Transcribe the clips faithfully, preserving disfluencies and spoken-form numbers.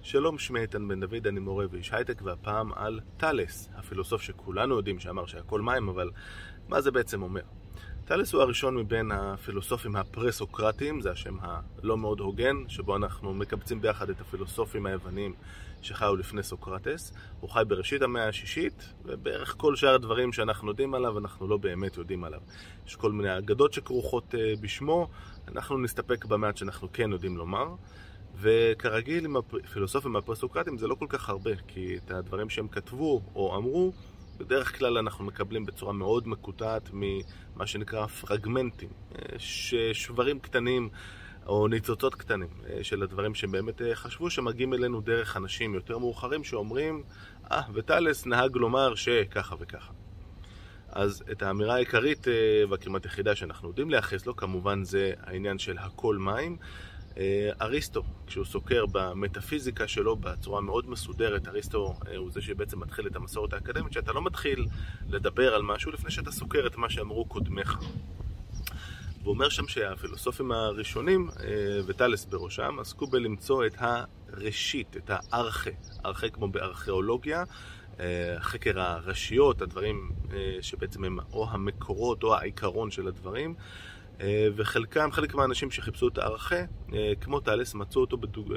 שלום, שמי איתן בן דוד, אני מורה ואיש הייטק, והפעם על תאלס, הפילוסוף שכולנו יודעים שאמר שהכל מים, אבל מה זה בעצם אומר? תאלס הוא הראשון מבין הפילוסופים הפרה-סוקרטיים, זה השם הלא מאוד הוגן, שבו אנחנו מקבצים ביחד את הפילוסופים היווניים שחיו לפני סוקרטס. הוא חי בראשית המאה השישית, ובערך כל שאר הדברים שאנחנו יודעים עליו, אנחנו לא באמת יודעים עליו. יש כל מיני אגדות שכרוכות בשמו, אנחנו נסתפק במעט שאנחנו כן יודעים לומר. וכרגיל עם הפילוסופים הפרה-סוקרטיים זה לא כל כך הרבה, כי את הדברים שהם כתבו או אמרו, בדרך כלל אנחנו מקבלים בצורה מאוד מקוטעת ממה שנקרא פרגמנטים, שברים קטנים או ניצוצות קטנים של הדברים שהם באמת חשבו, שמגיעים אלינו דרך אנשים יותר מאוחרים שאומרים, אה, ותאלס נהג לומר שככה וככה. אז את האמירה העיקרית והכמעט יחידה שאנחנו יודעים לייחס לו, כמובן זה העניין של הכל מים. אריסטו, כשהוא סוקר במטאפיזיקה שלו בצורה מאוד מסודרת, אריסטו הוא זה שבעצם מתחיל את המסורת האקדמית, שאתה לא מתחיל לדבר על משהו לפני שאתה סוקר את מה שאמרו קודמיך. והוא אומר שם שהפילוסופים הראשונים, ותאלס בראשם, עסקו בלמצוא את הראשית, את הארכה, ארכה כמו בארכיאולוגיה, חקר הראשיות, הדברים שבעצם הם או המקורות או העיקרון של הדברים, וחלקם, חלק מהאנשים שחיפשו את הארכה, כמו תאלס, מצאו אותו בדוג...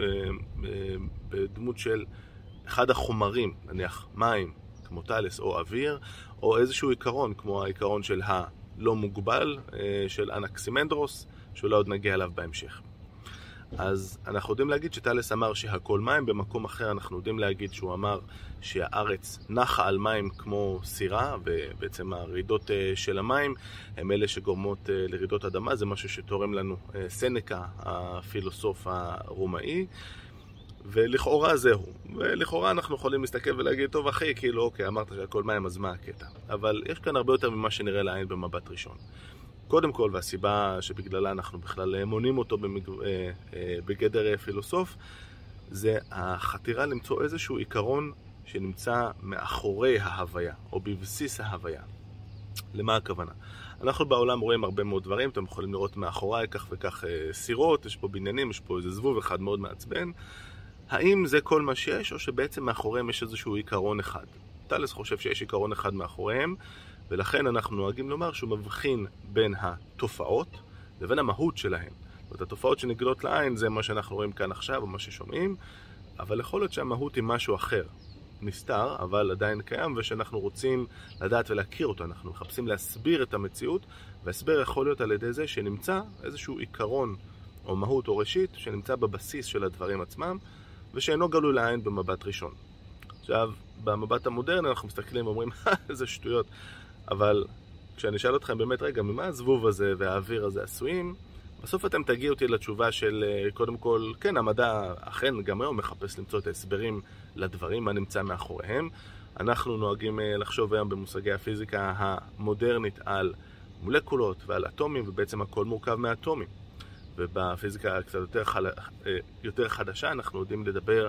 בדמות של אחד החומרים, נניח מים, כמו תאלס, או אוויר, או איזשהו עיקרון, כמו העיקרון של הלא מוגבל, של אנקסימנדרוס, שאולי עוד נגיע אליו בהמשך. אז אנחנו יודעים להגיד שתאלס אמר שהכל מים, במקום אחר אנחנו יודעים להגיד שהוא אמר שהארץ נחה על מים כמו סירה, ובעצם הרעידות של המים הם אלה שגורמות לרעידות אדמה, זה משהו שתורם לנו סנקה, הפילוסוף הרומאי, ולכאורה זהו. ולכאורה אנחנו יכולים להסתכל ולהגיד, טוב אחי, כאילו אוקיי, אמרת שהכל מים, אז מה הקטע? אבל יש כאן הרבה יותר ממה שנראה לעין במבט ראשון. קודם כל, והסיבה שבגללה אנחנו בכלל מונים אותו במג... בגדר פילוסוף, זה החתירה למצוא איזשהו עיקרון שנמצא מאחורי ההוויה, או בבסיס ההוויה. למה הכוונה? אנחנו בעולם רואים הרבה מאוד דברים, אתם יכולים לראות מאחוריי כך וכך סירות, יש פה בניינים, יש פה איזה זבוב אחד מאוד מעצבן. האם זה כל מה שיש, או שבעצם מאחוריהם יש איזשהו עיקרון אחד? תאלס חושב שיש עיקרון אחד מאחוריהם, ולכן אנחנו נוהגים לומר שהוא מבחין בין התופעות לבין המהות שלהן. זאת אומרת, התופעות שנגלות לעין זה מה שאנחנו רואים כאן עכשיו, או מה ששומעים, אבל יכול להיות שהמהות היא משהו אחר. נסתר, אבל עדיין קיים, ושאנחנו רוצים לדעת ולהכיר אותו. אנחנו מחפשים להסביר את המציאות, והסבר יכול להיות על ידי זה שנמצא איזשהו עיקרון או מהות או ראשית, שנמצא בבסיס של הדברים עצמם, ושאינו גלוי לעין במבט ראשון. עכשיו, במבט המודרני אנחנו מסתכלים ואומרים, איזה שטויות. אבל כשאני אשאל אתכם באמת, רגע, ממה הזבוב הזה והאוויר הזה עשויים? בסוף אתם תגיעו אותי לתשובה של, קודם כל, כן, המדע אכן גם היום מחפש למצוא את ההסברים לדברים, מה נמצא מאחוריהם. אנחנו נוהגים לחשוב היום במושגי הפיזיקה המודרנית על מולקולות ועל אטומים, ובעצם הכל מורכב מאטומים. ובפיזיקה קצת יותר, חל... יותר חדשה אנחנו יודעים לדבר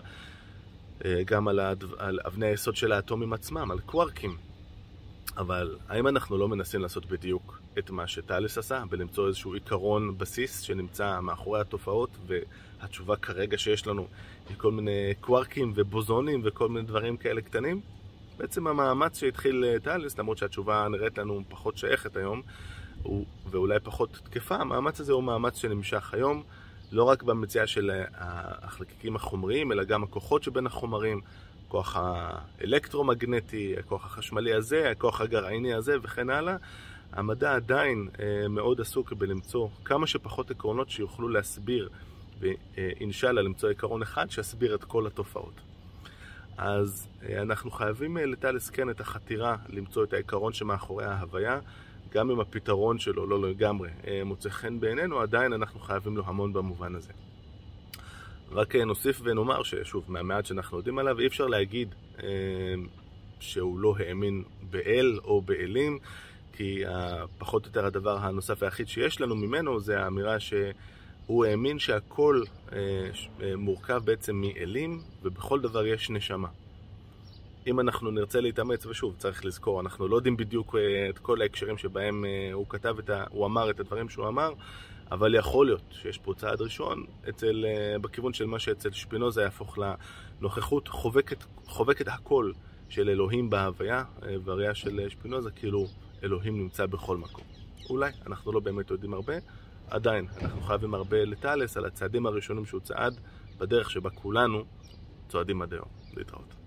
גם על, הדו... על אבני היסוד של האטומים עצמם, על קווארקים. אבל האם אנחנו לא מנסים לעשות בדיוק את מה שתאלס עשה, ולמצוא איזשהו עיקרון בסיס שנמצא מאחורי התופעות, והתשובה כרגע שיש לנו היא כל מיני קווארקים ובוזונים וכל מיני דברים כאלה קטנים? בעצם המאמץ שהתחיל תאלס, למרות שהתשובה נראית לנו פחות שייכת היום, ואולי פחות תקפה, המאמץ הזה הוא מאמץ שנמשך היום, לא רק במציאה של החלקיקים החומריים, אלא גם הכוחות שבין החומרים, הכוח האלקטרומגנטי, הכוח החשמלי הזה, הכוח הגרעיני הזה וכן הלאה. המדע עדיין מאוד עסוק בלמצוא כמה שפחות עקרונות שיוכלו להסביר, ואינשאללה למצוא עיקרון אחד שיסביר את כל התופעות. אז אנחנו חייבים לתאלס כן את החתירה למצוא את העיקרון שמאחורי ההוויה, גם אם הפתרון שלו לא לגמרי מוצא חן בעינינו, עדיין אנחנו חייבים לו המון במובן הזה. רק נוסיף ונאמר ששוב, מהמעט שאנחנו יודעים עליו, אי אפשר להגיד אה, שהוא לא האמין באל או באלים, כי פחות או יותר הדבר הנוסף היחיד שיש לנו ממנו זה האמירה שהוא האמין שהכל אה, מורכב בעצם מאלים, ובכל דבר יש נשמה. אם אנחנו נרצה להתאמץ, ושוב, צריך לזכור, אנחנו לא יודעים בדיוק את כל ההקשרים שבהם הוא כתב את ה... הוא אמר את הדברים שהוא אמר, אבל יכול להיות שיש פה צעד ראשון אצל, בכיוון של מה שאצל שפינוזה יהפוך לנוכחות חובקת, חובקת הכל של אלוהים בהוויה, והראייה של שפינוזה כאילו אלוהים נמצא בכל מקום. אולי, אנחנו לא באמת יודעים הרבה, עדיין אנחנו חייבים הרבה לתאלס על הצעדים הראשונים שהוא צעד בדרך שבה כולנו צועדים עד היום. להתראות.